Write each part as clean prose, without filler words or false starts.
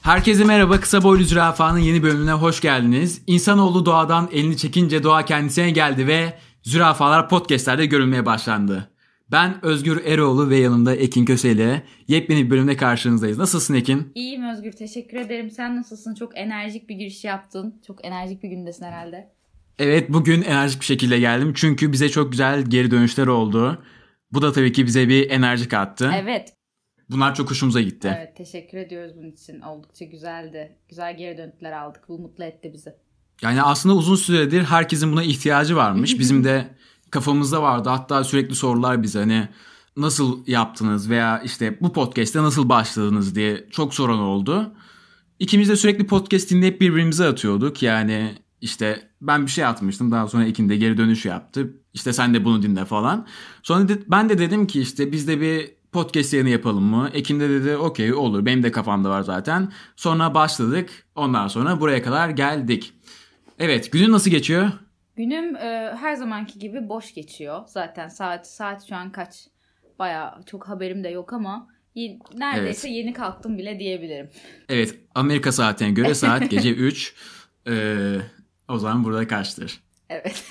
Herkese merhaba, Kısa Boylu Zürafa'nın yeni bölümüne hoş geldiniz. İnsanoğlu doğadan elini çekince doğa kendisine geldi ve zürafalar podcastlerde görülmeye başlandı. Ben Özgür Eroğlu ve yanımda Ekin Köse ile yepyeni bir bölümde karşınızdayız. Nasılsın Ekin? İyiyim Özgür, teşekkür ederim. Sen nasılsın? Çok enerjik bir giriş yaptın. Çok enerjik bir gündesin herhalde. Evet, bugün enerjik bir şekilde geldim çünkü bize çok güzel geri dönüşler oldu. Bu da tabii ki bize bir enerji kattı. Evet. Bunlar çok hoşumuza gitti. Evet, teşekkür ediyoruz bunun için. Oldukça güzeldi. Güzel geri dönütler aldık. Bu mutlu etti bizi. Yani aslında uzun süredir herkesin buna ihtiyacı varmış. Bizim de kafamızda vardı. Hatta sürekli sorular bize hani nasıl yaptınız veya işte bu podcast'te nasıl başladınız diye çok soran oldu. İkimiz de sürekli podcast dinleyip birbirimize atıyorduk. Yani işte ben bir şey atmıştım. Daha sonra Ekin de geri dönüş yaptı. İşte sen de bunu dinle falan. Sonra ben de dedim ki işte biz de bir podcast yayını yapalım mı? Ekin de dedi okey olur. Benim de kafamda var zaten. Sonra başladık. Ondan sonra buraya kadar geldik. Evet, günün nasıl geçiyor? Günüm her zamanki gibi boş geçiyor. Zaten saat şu an kaç? Bayağı çok haberim de yok ama neredeyse yeni kalktım bile diyebilirim. Evet, Amerika saatine göre saat gece 3. O zaman burada kaçtır? Evet.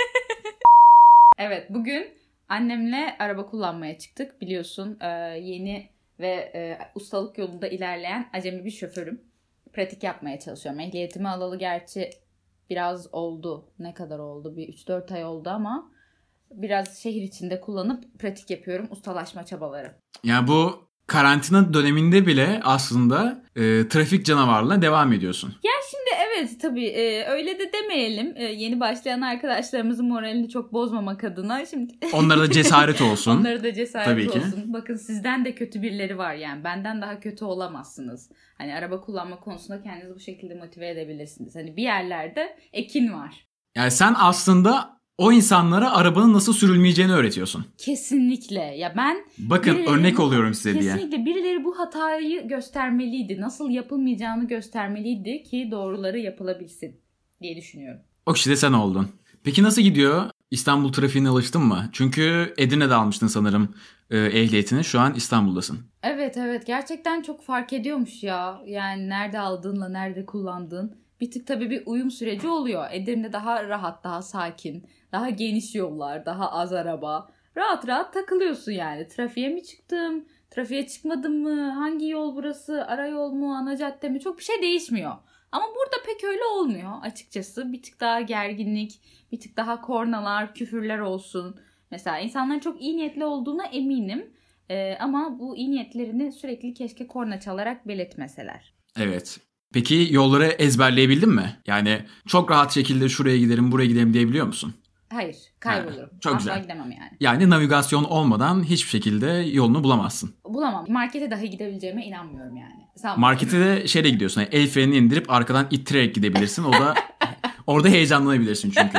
Evet, bugün annemle araba kullanmaya çıktık. Biliyorsun yeni ve ustalık yolunda ilerleyen acemi bir şoförüm. Pratik yapmaya çalışıyorum. Ehliyetimi alalı gerçi biraz oldu. Ne kadar oldu? Bir 3-4 ay oldu ama biraz şehir içinde kullanıp pratik yapıyorum. Ustalaşma çabaları. Ya bu karantina döneminde bile aslında trafik canavarlığına devam ediyorsun. Ya şimdi evet tabii öyle de demeyelim. Yeni başlayan arkadaşlarımızın moralini çok bozmamak adına. Şimdi onlara da cesaret olsun. Onlara da cesaret tabii olsun. Ki. Bakın sizden de kötü birileri var yani. Benden daha kötü olamazsınız. Hani araba kullanma konusunda kendinizi bu şekilde motive edebilirsiniz. Hani bir yerlerde Ekin var. Yani sen aslında o insanlara arabanın nasıl sürülmeyeceğini öğretiyorsun. Kesinlikle. Ya ben bakın örnek oluyorum size diye. Kesinlikle birileri bu hatayı göstermeliydi. Nasıl yapılmayacağını göstermeliydi ki doğruları yapılabilsin diye düşünüyorum. O kişi de sen oldun. Peki nasıl gidiyor? İstanbul trafiğine alıştın mı? Çünkü Edirne'de almıştın sanırım ehliyetini. Şu an İstanbul'dasın. Evet gerçekten çok fark ediyormuş ya. Yani nerede aldığınla nerede kullandığın. Bir tık tabii bir uyum süreci oluyor. Edirne daha rahat, daha sakin, daha geniş yollar, daha az araba. Rahat rahat takılıyorsun yani. Trafiğe mi çıktım? Trafiğe çıkmadım mı? Hangi yol burası? Ara yol mu? Ana cadde mi? Çok bir şey değişmiyor. Ama burada pek öyle olmuyor açıkçası. Bir tık daha gerginlik, bir tık daha kornalar, küfürler olsun. Mesela insanların çok iyi niyetli olduğuna eminim. Ama bu iyi niyetlerini sürekli keşke korna çalarak belirtmeseler. Evet. Peki yolları ezberleyebildin mi? Yani çok rahat şekilde şuraya giderim, buraya giderim diyebiliyor musun? Hayır, kaybolurum. Çok asla güzel. Gidemem yani. Yani navigasyon olmadan hiçbir şekilde yolunu bulamazsın. Bulamam. Markete dahi gidebileceğime inanmıyorum yani. Markete de şeyle gidiyorsun. Yani el frenini indirip arkadan ittirerek gidebilirsin. O da orada heyecanlanabilirsin çünkü.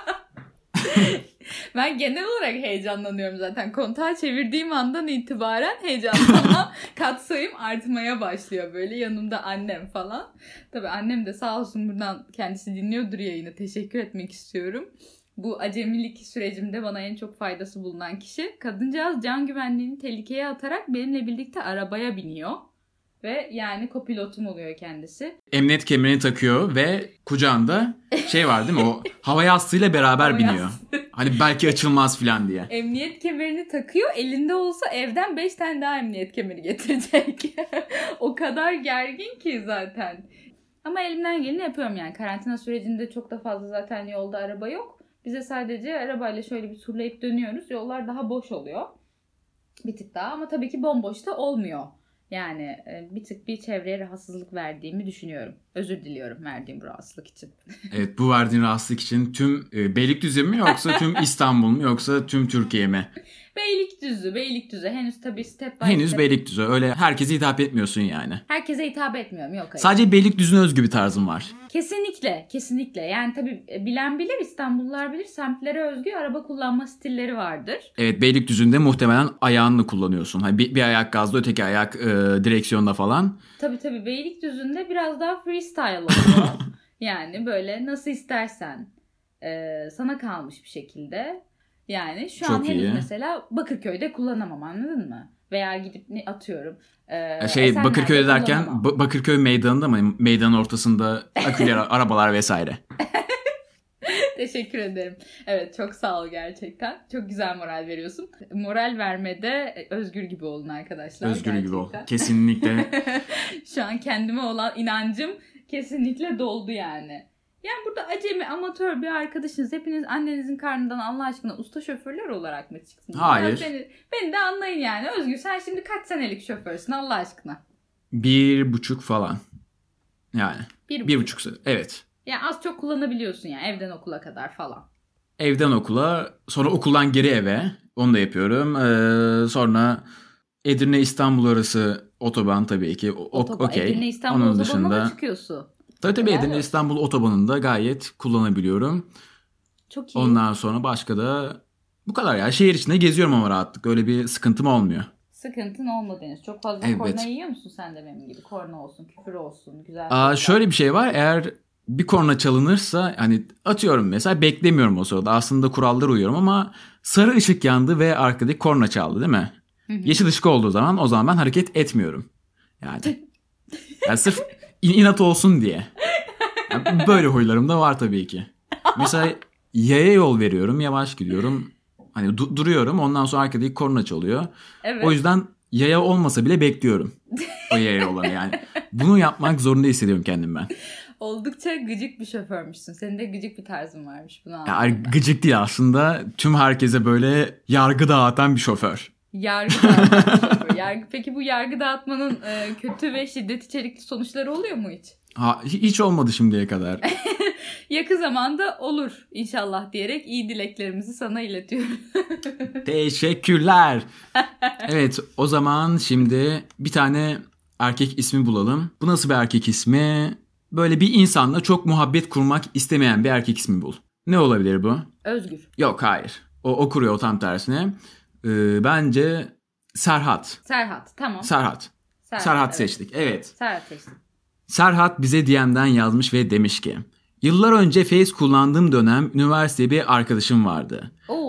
Ben genel olarak heyecanlanıyorum zaten. Kontağı çevirdiğim andan itibaren heyecanlanma katsayım artmaya başlıyor. Böyle yanımda annem falan. Tabii annem de sağ olsun, buradan kendisi dinliyordur yayını. Teşekkür etmek istiyorum. Bu acemilik sürecimde bana en çok faydası bulunan kişi. Kadıncağız can güvenliğini tehlikeye atarak benimle birlikte arabaya biniyor. Ve yani kopilotum oluyor kendisi. Emniyet kemerini takıyor ve kucağında şey var değil mi? O hava yastığıyla beraber biniyor. Hani belki açılmaz falan diye. Emniyet kemerini takıyor. Elinde olsa evden 5 tane daha emniyet kemeri getirecek. O kadar gergin ki zaten. Ama elimden geleni yapıyorum yani. Karantina sürecinde çok da fazla zaten yolda araba yok. Bize sadece arabayla şöyle bir turlayıp dönüyoruz. Yollar daha boş oluyor. Bir tık daha ama tabii ki bomboş da olmuyor. Yani bir tık bir çevreye rahatsızlık verdiğimi düşünüyorum. Özür diliyorum verdiğim bu rahatsızlık için. Evet, bu verdiğin rahatsızlık için tüm Beylikdüzü mü yoksa tüm İstanbul mu yoksa tüm Türkiye mi? Beylikdüzü. Henüz tabii step by Henüz step. Beylikdüzü. Öyle herkese hitap etmiyorsun yani. Herkese hitap etmiyorum. Yok hayır. Sadece Beylikdüzü'ne özgü bir tarzın var. Kesinlikle. Yani tabii bilen bilir, İstanbullular bilir. Semtlere özgü araba kullanma stilleri vardır. Evet, Beylikdüzü'nde muhtemelen ayağını kullanıyorsun. Hani bir ayak gazda, öteki ayak direksiyonda falan. Tabii Beylikdüzü'nde biraz daha freestyle oluyor. Yani böyle nasıl istersen sana kalmış bir şekilde. Yani şu Çok an henüz iyi. mesela Bakırköy'de kullanamam, anladın mı? veya gidip ne atıyorum. Bakırköy derken Bakırköy meydanında mı? Meydanın ortasında akülü arabalar vesaire. Teşekkür ederim. Evet, çok sağ ol gerçekten. Çok güzel moral veriyorsun. Moral vermede Özgür gibi olun arkadaşlar. Özgür gerçekten. gibi ol. Kesinlikle. Şu an kendime olan inancım kesinlikle doldu yani. Yani burada acemi, amatör bir arkadaşınız. Hepiniz annenizin karnından Allah aşkına usta şoförler olarak mı çıktınız? Hayır. Beni de anlayın yani. Özgür, sen şimdi kaç senelik şoförsün Allah aşkına? 1,5 falan. Yani. 1,5 sene. Evet. Yani az çok kullanabiliyorsun yani, evden okula kadar falan. Evden okula, sonra okuldan geri eve. Onu da yapıyorum. Sonra Edirne İstanbul arası otoban tabii ki. Okey. Edirne İstanbul Onun otobanına mı çıkıyorsun? Tabii Edirne İstanbul otobanında gayet kullanabiliyorum. Çok iyi. Ondan sonra başka da bu kadar ya. Şehir içinde geziyorum ama rahatlık. Öyle bir sıkıntım olmuyor. Sıkıntın olmadı henüz. Çok fazla korna yiyor musun sen de benim gibi? Korna olsun, küfür olsun, güzel. Şöyle bir şey var. Eğer bir korna çalınırsa, hani atıyorum mesela, beklemiyorum o sırada. Aslında kurallara uyuyorum ama sarı ışık yandı ve arkadaki korna çaldı değil mi? Yeşil ışık olduğu zaman o zaman ben hareket etmiyorum. Yani sırf inat olsun diye. Yani böyle huylarım da var tabii ki. Mesela yaya yol veriyorum, yavaş gidiyorum. Hani duruyorum, ondan sonra arkadaki korna çalıyor. Evet. O yüzden yaya olmasa bile bekliyorum o yaya olanı yani. Bunu yapmak zorunda hissediyorum kendim ben. Oldukça gıcık bir şoförmüşsün. Senin de gıcık bir tarzın varmış. Bunu anladım. Yani gıcık değil aslında. Tüm herkese böyle yargı dağıtan bir şoför. Yargı dağıtan bir şoför. Peki bu yargı dağıtmanın kötü ve şiddet içerikli sonuçları oluyor mu hiç? Hiç olmadı şimdiye kadar. Yakın zamanda olur inşallah diyerek iyi dileklerimizi sana iletiyorum. Teşekkürler. Evet, o zaman şimdi bir tane erkek ismi bulalım. Bu nasıl bir erkek ismi? Böyle bir insanla çok muhabbet kurmak istemeyen bir erkek ismi bul. Ne olabilir bu? Özgür. Yok, hayır. O kuruyor tam tersine. Bence Serhat. Tamam. Serhat evet. Seçtik. Evet. Serhat seçtik. Serhat bize DM'den yazmış ve demiş ki: yıllar önce Face kullandığım dönem üniversitede bir arkadaşım vardı.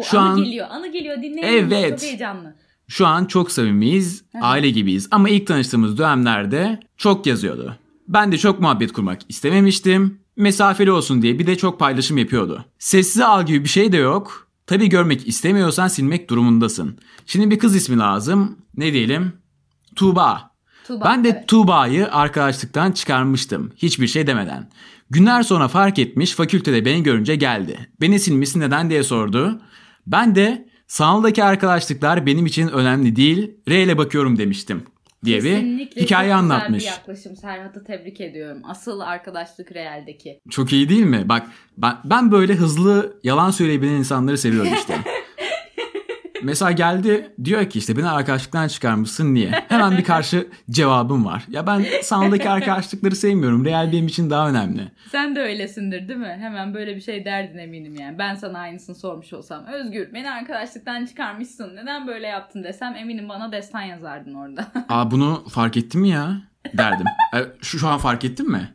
Anı geliyor dinleyelim. Evet. Çok heyecanlı. Şu an çok samimiyiz, aile gibiyiz ama ilk tanıştığımız dönemlerde çok yazıyordu. Ben de çok muhabbet kurmak istememiştim. Mesafeli olsun diye bir de çok paylaşım yapıyordu. Sessize al gibi bir şey de yok. Tabii görmek istemiyorsan silmek durumundasın. Şimdi bir kız ismi lazım. Ne diyelim? Tuğba. Ben de evet. Tuğba'yı arkadaşlıktan çıkarmıştım. Hiçbir şey demeden. Günler sonra fark etmiş, fakültede beni görünce geldi. Beni silmesi neden diye sordu. Ben de sanaldaki arkadaşlıklar benim için önemli değil, R ile bakıyorum demiştim diye kesinlikle bir hikaye anlatmış. Kesinlikle çok güzel bir yaklaşım. Serhat'ı tebrik ediyorum. Asıl arkadaşlık realdeki. Çok iyi değil mi? Bak ben böyle hızlı yalan söyleyebilen insanları seviyorum işte. Mesela geldi diyor ki işte beni arkadaşlıktan çıkarmışsın niye? Hemen bir karşı cevabım var. Ya ben sanaldaki arkadaşlıkları sevmiyorum. Real benim için daha önemli. Sen de öylesindir değil mi? Hemen böyle bir şey derdin eminim yani. Ben sana aynısını sormuş olsam. Özgür, beni arkadaşlıktan çıkarmışsın. Neden böyle yaptın desem eminim bana destan yazardın orada. Bunu fark ettin mi ya? Derdim. Şu an fark ettin mi?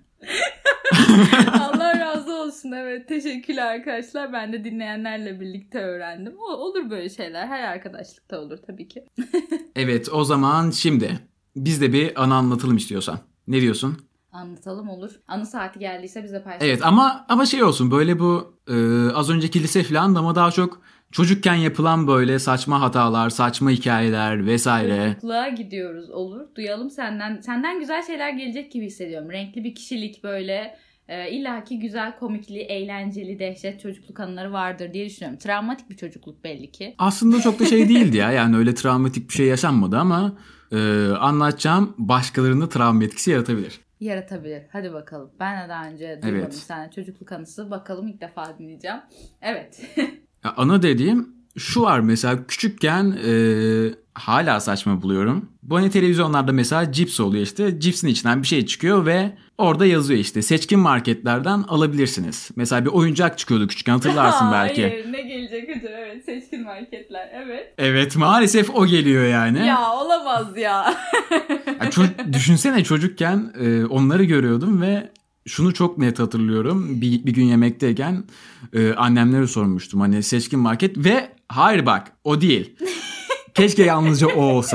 Allah razı olsun. Evet, teşekkürler arkadaşlar. Ben de dinleyenlerle birlikte öğrendim. Olur böyle şeyler. Her arkadaşlıkta olur tabii ki. Evet, o zaman şimdi biz de bir anı anlatalım istiyorsan. Ne diyorsun? Anlatalım, olur. Anı saati geldiyse bize paylaşalım. Evet ama şey olsun, böyle bu az önceki lise falan ama daha çok çocukken yapılan böyle saçma hatalar, saçma hikayeler vesaire. Çocukluğa gidiyoruz, olur. Duyalım senden. Senden güzel şeyler gelecek gibi hissediyorum. Renkli bir kişilik böyle. İllaki güzel, komikli, eğlenceli, dehşet çocukluk anıları vardır diye düşünüyorum. Travmatik bir çocukluk belli ki. Aslında çok da şey değildi ya. Yani öyle travmatik bir şey yaşanmadı ama anlatacağım başkalarında travma etkisi yaratabilir. Yaratabilir. Hadi bakalım. Ben de daha önce duymadım senden çocukluk anısı. Bakalım, ilk defa dinleyeceğim. Evet. Ya, anı dediğim şu var mesela, küçükken hala saçma buluyorum. Bu hani televizyonlarda mesela cips oluyor işte. Cipsin içinden bir şey çıkıyor ve orada yazıyor işte seçkin marketlerden alabilirsiniz. Mesela bir oyuncak çıkıyordu küçükken, hatırlarsın belki. Hayır, ne gelecek hocam, evet, seçkin marketler, evet. Evet, maalesef o geliyor yani. Ya olamaz ya. Düşünsene çocukken onları görüyordum ve şunu çok net hatırlıyorum. Bir gün yemekteyken annemlere sormuştum hani seçkin market ve hayır bak o değil. Keşke yalnızca o olsa.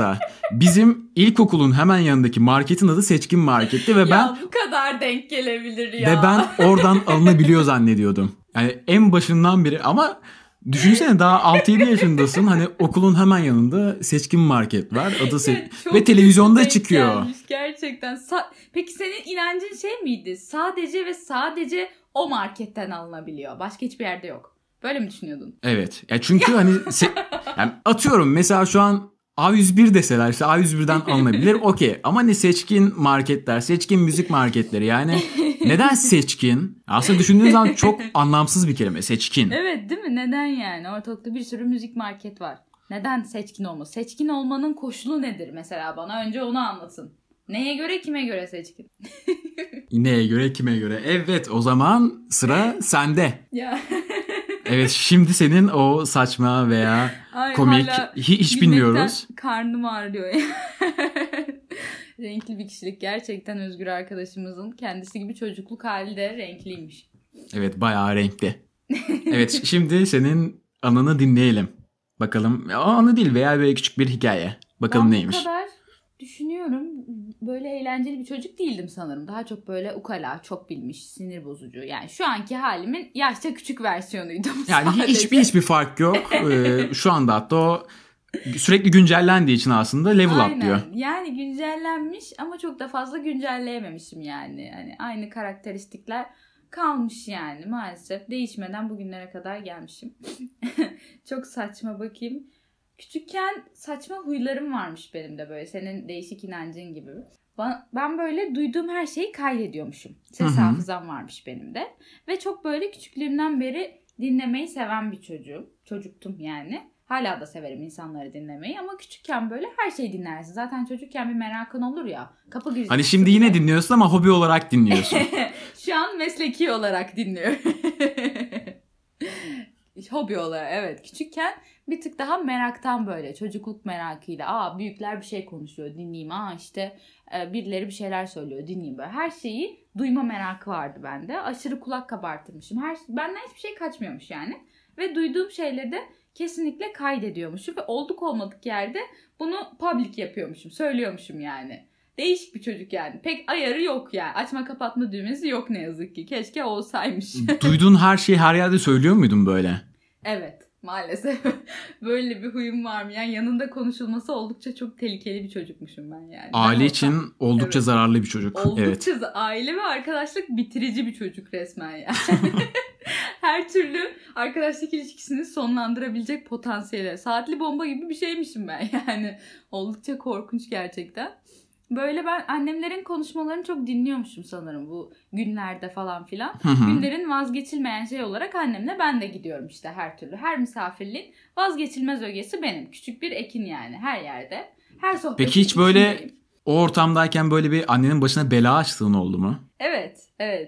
Bizim ilkokulun hemen yanındaki marketin adı Seçkin Market'ti ve Ya ben bu kadar denk gelebilir ya. ve ben oradan alınabiliyor zannediyordum. Yani en başından beri ama düşünsene daha 6-7 yaşındasın. Hani okulun hemen yanında Seçkin Market var. Adı Ya çok ve televizyonda denk çıkıyor. gelmiş gerçekten. Peki senin inancın şey miydi? Sadece ve sadece o marketten alınabiliyor. Başka hiçbir yerde yok. Böyle mi düşünüyordun? Evet. Ya çünkü hani yani atıyorum mesela şu an A101 deseler işte A101'den alınabilir okey. Ama ne seçkin marketler, seçkin müzik marketleri yani neden seçkin? Aslında düşündüğün zaman çok anlamsız bir kelime seçkin. Evet değil mi? Neden yani? Ortalıkta bir sürü müzik market var. Neden seçkin olması? Seçkin olmanın koşulu nedir mesela bana? Önce onu anlatın. Neye göre kime göre seçkin? Neye göre kime göre? Evet o zaman sıra sende. Ya. Evet şimdi senin o saçma veya komik hiç bilmiyoruz. Karnım ağrıyor. Renkli bir kişilik gerçekten Özgür arkadaşımızın kendisi gibi çocukluk hali de renkliymiş. Evet bayağı renkli. Evet şimdi senin anını dinleyelim. Bakalım o anı değil veya böyle küçük bir hikaye. Bakalım neymiş. Ben bu kadar düşünüyorum. Böyle eğlenceli bir çocuk değildim sanırım. Daha çok böyle ukala, çok bilmiş, sinir bozucu. Yani şu anki halimin yaşça küçük versiyonuydum yani sadece. hiçbir fark yok. Şu anda hatta o sürekli güncellendiği için aslında level atlıyor. Yani güncellenmiş ama çok da fazla güncelleyememişim yani. Yani aynı karakteristikler kalmış yani maalesef. Değişmeden bugünlere kadar gelmişim. Çok saçma bakayım. Küçükken saçma huylarım varmış benim de böyle. Senin değişik inancın gibi. Ben böyle duyduğum her şeyi kaydediyormuşum. Ses hafızam varmış benim de. Ve çok böyle küçüklüğümden beri dinlemeyi seven bir çocuğum. Çocuktum yani. Hala da severim insanları dinlemeyi ama küçükken böyle her şeyi dinlersin. Zaten çocukken bir merakın olur ya. Kapı girişi. Hani şimdi yine dinliyorsun ama hobi olarak dinliyorsun. Şu an mesleki olarak dinliyorum. Hobi olarak evet. Küçükken bir tık daha meraktan böyle çocukluk merakıyla büyükler bir şey konuşuyor dinleyeyim. İşte birileri bir şeyler söylüyor dinleyeyim böyle. Her şeyi duyma merakı vardı bende. Aşırı kulak kabartırmışım. Benden hiçbir şey kaçmıyormuş yani. Ve duyduğum şeyleri de kesinlikle kaydediyormuşum ve olduk olmadık yerde bunu public yapıyormuşum. Söylüyormuşum yani. Değişik bir çocuk yani. Pek ayarı yok yani. Açma kapatma düğmesi yok ne yazık ki. Keşke olsaymış. Duyduğun her şeyi her yerde söylüyor muydun böyle? Evet. Maalesef böyle bir huyum var mı? Yani yanında konuşulması oldukça çok tehlikeli bir çocukmuşum ben yani. Aile için oldukça zararlı bir çocuk. Oldukça aile ve arkadaşlık bitirici bir çocuk resmen yani. Her türlü arkadaşlık ilişkisini sonlandırabilecek potansiyeli. Saatli bomba gibi bir şeymişim ben yani. Oldukça korkunç gerçekten. Böyle ben annemlerin konuşmalarını çok dinliyormuşum sanırım bu günlerde falan filan. Günlerin vazgeçilmeyen şey olarak annemle ben de gidiyorum işte her türlü. Her misafirliğin vazgeçilmez ögesi benim. Küçük bir ekin yani her yerde. Her sohbet. Peki hiç böyle o ortamdayken böyle bir annenin başına bela açtığın oldu mu? Evet.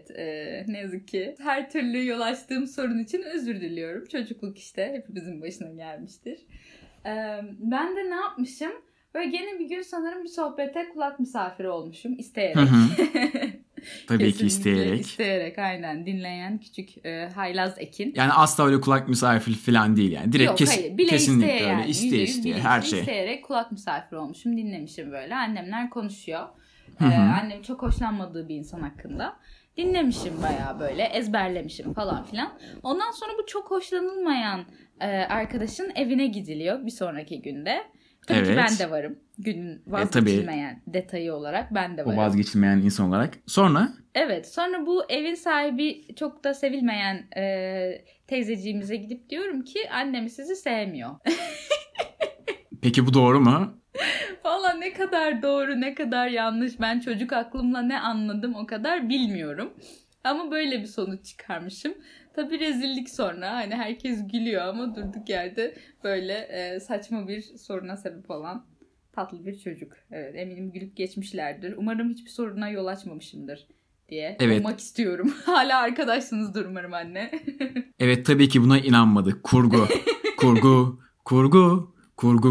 Ne yazık ki. Her türlü yol açtığım sorun için özür diliyorum. Çocukluk işte hepimizin başına gelmiştir. Ben de ne yapmışım? Böyle gene bir gün sanırım bir sohbete kulak misafiri olmuşum isteyerek. Tabii ki isteyerek. İsteyerek aynen dinleyen küçük haylaz ekin. Yani asla öyle kulak misafiri falan değil yani. Direkt hayır, bile kesinlikle isteye öyle yani. isteye her şey. İsteyerek kulak misafiri olmuşum dinlemişim böyle. Annemler konuşuyor. Annem çok hoşlanmadığı bir insan hakkında. Dinlemişim bayağı böyle ezberlemişim falan filan. Ondan sonra bu çok hoşlanılmayan arkadaşın evine gidiliyor bir sonraki günde. Tabii ki ben de varım. Günün vazgeçilmeyen detayı olarak ben de varım. O vazgeçilmeyen insan olarak. Sonra? Evet. Sonra bu evin sahibi çok da sevilmeyen teyzeciğimize gidip diyorum ki annemi sizi sevmiyor. Peki bu doğru mu? Valla ne kadar doğru ne kadar yanlış ben çocuk aklımla ne anladım o kadar bilmiyorum. Ama böyle bir sonuç çıkarmışım. Tabii rezillik sonra hani herkes gülüyor ama durduk yerde böyle saçma bir soruna sebep olan tatlı bir çocuk. Evet eminim gülüp geçmişlerdir. Umarım hiçbir soruna yol açmamışımdır diye olmak istiyorum. Hala arkadaşsınızdır umarım anne. Evet tabii ki buna inanmadık. Kurgu. Kurgu. Kurgu. Kurgu.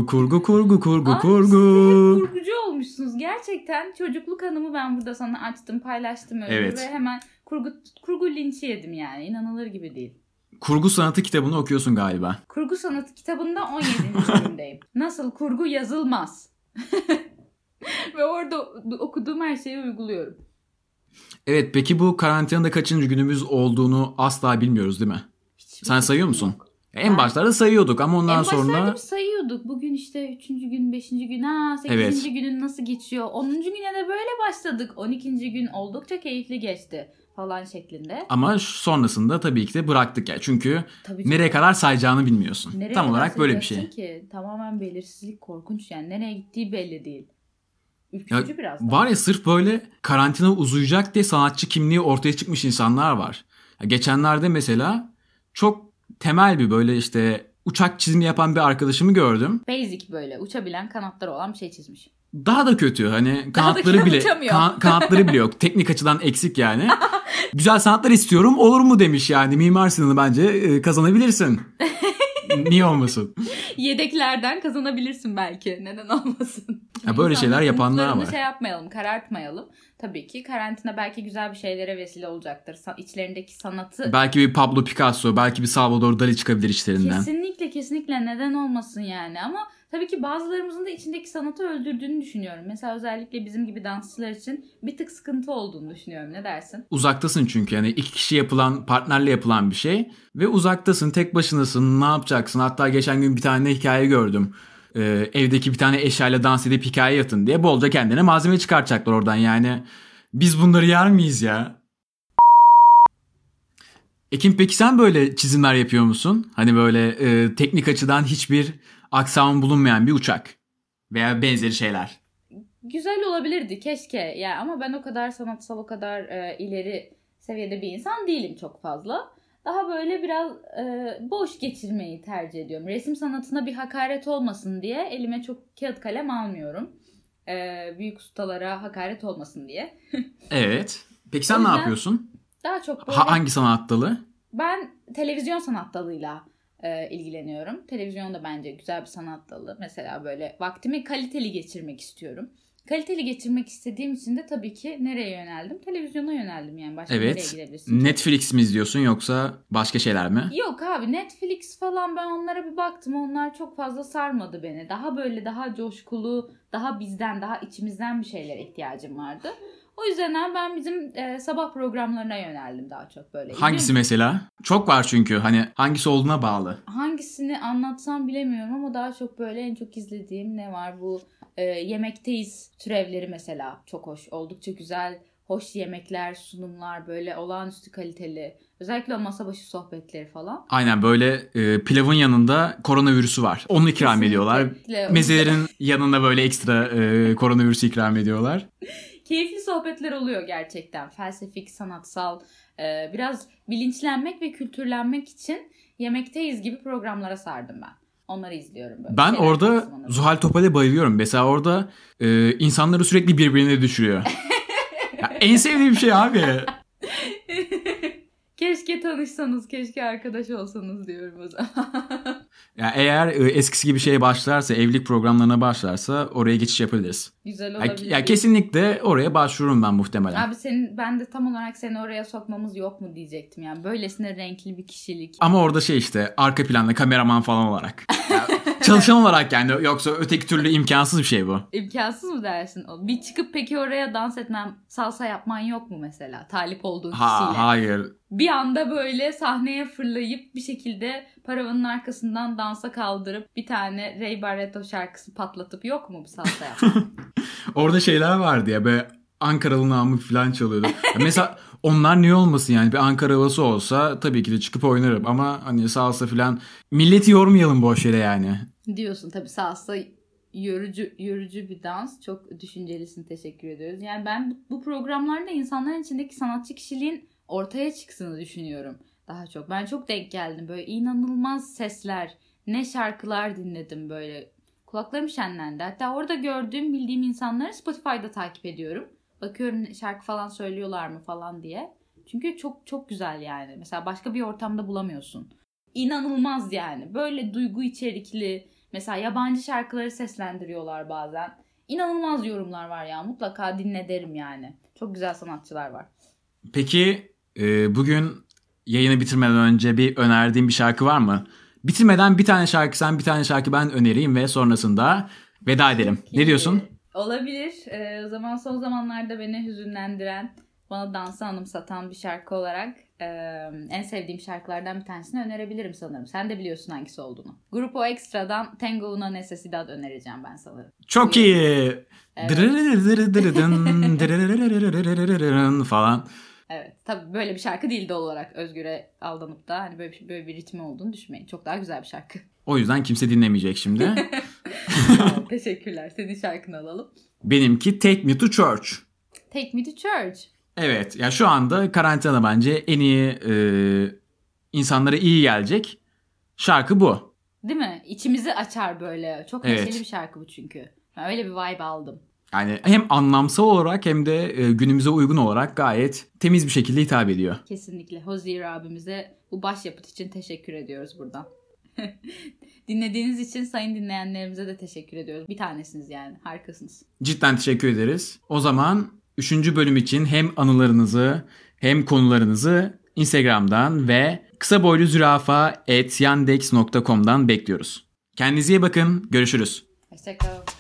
Siz hep kurgucu olmuşsunuz. Gerçekten çocukluk anımı ben burada sana açtım, paylaştım öyle ve hemen kurgu linçi yedim yani. İnanılır gibi değil. Kurgu sanatı kitabını okuyorsun galiba. Kurgu sanatı kitabında 17. bölümdeyim. Nasıl kurgu yazılmaz. Ve orada okuduğum her şeyi uyguluyorum. Evet, peki bu karantinada kaçıncı günümüz olduğunu asla bilmiyoruz değil mi? Sen sayıyor musun? Yok. En başlarda sayıyorduk ama ondan sonra... En başlarda bir sayıyorduk. Bugün işte 3. gün, 5. gün, 8. Evet. günün nasıl geçiyor? 10. güne de böyle başladık. 12. gün oldukça keyifli geçti falan şeklinde. Ama sonrasında tabii ki de bıraktık ya. Çünkü Tabii nereye kadar sayacağını bilmiyorsun. Nereye Tam olarak böyle bir sayacaksın şey. ki? Tamamen belirsizlik, korkunç yani. Nereye gittiği belli değil. Ya, Ürkütücü biraz da. var ya, sırf böyle karantina uzayacak diye sanatçı kimliği ortaya çıkmış insanlar var. Ya, geçenlerde mesela çok temel bir böyle işte uçak çizimi yapan bir arkadaşımı gördüm. Basic böyle uçabilen kanatları olan bir şey çizmiş. Daha da kötü, hani Daha kanatları da bile uçamıyor. kanatları bile yok. Teknik açıdan eksik yani. Güzel sanatlar istiyorum, olur mu demiş yani. Mimar Sinan'ı bence kazanabilirsin. Niye olmasın? Yedeklerden kazanabilirsin belki. Neden olmasın? Ya böyle şeyler yapanlar var. Şey yapmayalım, karartmayalım. Tabii ki karantina belki güzel bir şeylere vesile olacaktır. İçlerindeki sanatı... Belki bir Pablo Picasso, belki bir Salvador Dali çıkabilir içlerinden. Kesinlikle neden olmasın yani. Ama tabii ki bazılarımızın da içindeki sanatı öldürdüğünü düşünüyorum. Mesela özellikle bizim gibi dansçılar için bir tık sıkıntı olduğunu düşünüyorum. Ne dersin? Uzaktasın çünkü yani 2 kişi yapılan, partnerle yapılan bir şey. Ve uzaktasın, tek başınasın, ne yapacaksın? Hatta geçen gün bir tane hikaye gördüm. Evdeki bir tane eşyayla dans edip hikaye yatın diye bolca kendine malzeme çıkartacaklar oradan yani. Biz bunları yer miyiz ya? Ekin, peki sen böyle çizimler yapıyor musun? Hani böyle teknik açıdan hiçbir aksamı bulunmayan bir uçak veya benzeri şeyler. Güzel olabilirdi keşke yani, ama ben o kadar sanatsal, o kadar ileri seviyede bir insan değilim çok fazla. Daha böyle biraz boş geçirmeyi tercih ediyorum. Resim sanatına bir hakaret olmasın diye elime çok kağıt kalem almıyorum. Büyük ustalara hakaret olmasın diye. Evet. Peki sen ne yapıyorsun? Daha çok böyle... Hangi sanat dalı? Ben televizyon sanat dalıyla ilgileniyorum. Televizyon da bence güzel bir sanat dalı. Mesela böyle vaktimi kaliteli geçirmek istiyorum. Kaliteli geçirmek istediğim için de tabii ki nereye yöneldim? Televizyona yöneldim yani. Başka nereye gidebilirsin? Netflix mi izliyorsun yoksa başka şeyler mi? Yok abi, Netflix falan, ben onlara bir baktım. Onlar çok fazla sarmadı beni. Daha böyle daha coşkulu, daha bizden, daha içimizden bir şeylere ihtiyacım vardı. O yüzden ben bizim sabah programlarına yöneldim daha çok böyle. Hangisi mesela? Çok var çünkü, hani hangisi olduğuna bağlı. Hangisini anlatsam bilemiyorum ama daha çok böyle en çok izlediğim ne var, bu Yemekteyiz türevleri mesela çok hoş. Oldukça güzel, hoş yemekler, sunumlar, böyle olağanüstü kaliteli. Özellikle o masa başı sohbetleri falan. Aynen, böyle pilavın yanında koronavirüsü var. Onu ikram ediyorlar. Mezelerin yanında böyle ekstra koronavirüsü ikram ediyorlar. Keyifli sohbetler oluyor gerçekten. Felsefik, sanatsal, biraz bilinçlenmek ve kültürlenmek için Yemekteyiz gibi programlara sardım ben. Onları izliyorum böyle. Ben orada Zuhal Topal'e bayılıyorum. Mesela orada insanları sürekli birbirine düşürüyor. Ya, en sevdiğim şey abi. Keşke tanışsanız, keşke arkadaş olsanız diyorum o zaman. Ya eğer eskisi gibi şeye başlarsa, evlilik programlarına başlarsa oraya geçiş yapabiliriz. Güzel olabilir. Ya kesinlikle oraya başvururum ben muhtemelen. Abi ben de tam olarak seni oraya sokmamız yok mu diyecektim yani. Böylesine renkli bir kişilik. Ama orada işte arka planda kameraman falan olarak. Çalışan olarak yani, yoksa öteki türlü imkansız bir şey bu. İmkansız mı dersin? Bir çıkıp peki oraya dans etmem, salsa yapman yok mu mesela? Talip olduğun kişiyle. Hayır. Bir anda böyle sahneye fırlayıp bir şekilde paravanın arkasından dansa kaldırıp bir tane Ray Barretto şarkısı patlatıp yok mu bir salsa yapman? Orada şeyler vardı ya, böyle Ankaralı Namık falan çalıyordu. Mesela onlar niye olmasın yani, bir Ankara havası olsa tabii ki de çıkıp oynarım ama hani salsa falan, milleti yormayalım boş yere yani. Diyorsun tabii, salsa yorucu bir dans. Çok düşüncelisin, teşekkür ediyoruz. Yani ben bu programlarda insanların içindeki sanatçı kişiliğin ortaya çıksını düşünüyorum daha çok. Ben çok denk geldim, böyle inanılmaz sesler, ne şarkılar dinledim böyle. Kulaklarım şenlendi. Hatta orada gördüğüm, bildiğim insanları Spotify'da takip ediyorum. Bakıyorum şarkı falan söylüyorlar mı falan diye. Çünkü çok çok güzel yani. Mesela başka bir ortamda bulamıyorsun. İnanılmaz yani. Böyle duygu içerikli. Mesela yabancı şarkıları seslendiriyorlar bazen. İnanılmaz yorumlar var ya. Mutlaka dinle derim yani. Çok güzel sanatçılar var. Peki bugün yayını bitirmeden önce bir önerdiğin bir şarkı var mı? Bitirmeden bir tane şarkı sen, bir tane şarkı ben önereyim ve sonrasında veda edelim. Ne diyorsun? Olabilir. O zaman son zamanlarda beni hüzünlendiren, bana dansı anımsatan bir şarkı olarak en sevdiğim şarkılardan bir tanesini önerebilirim sanırım. Sen de biliyorsun hangisi olduğunu. Grupo Extra'dan Tengo Una Necesidad önereceğim ben sanırım. Çok iyi. Evet. falan. Evet. Tabii böyle bir şarkı değil doğal olarak. Özgür'e aldanıp da hani böyle bir ritmi olduğunu düşünmeyin. Çok daha güzel bir şarkı. O yüzden kimse dinlemeyecek şimdi. Tamam, teşekkürler. Senin şarkını alalım. Benimki Take Me to Church. Take Me to Church. Evet. Ya şu anda karantina bence en iyi insanlara iyi gelecek şarkü bu. Değil mi? İçimizi açar böyle. Çok Evet. neşeli bir şarkı bu çünkü. Ben öyle bir vibe aldım. Yani hem anlamsal olarak hem de günümüze uygun olarak gayet temiz bir şekilde hitap ediyor. Kesinlikle. Hozier abimize bu başyapıt için teşekkür ediyoruz buradan. Dinlediğiniz için sayın dinleyenlerimize de teşekkür ediyoruz. Bir tanesiniz yani. Harikasınız. Cidden teşekkür ederiz. O zaman 3. bölüm için hem anılarınızı hem konularınızı Instagram'dan ve kısaboyluzürafa@yandex.com'dan bekliyoruz. Kendinize iyi bakın. Görüşürüz. Hoşçakalın.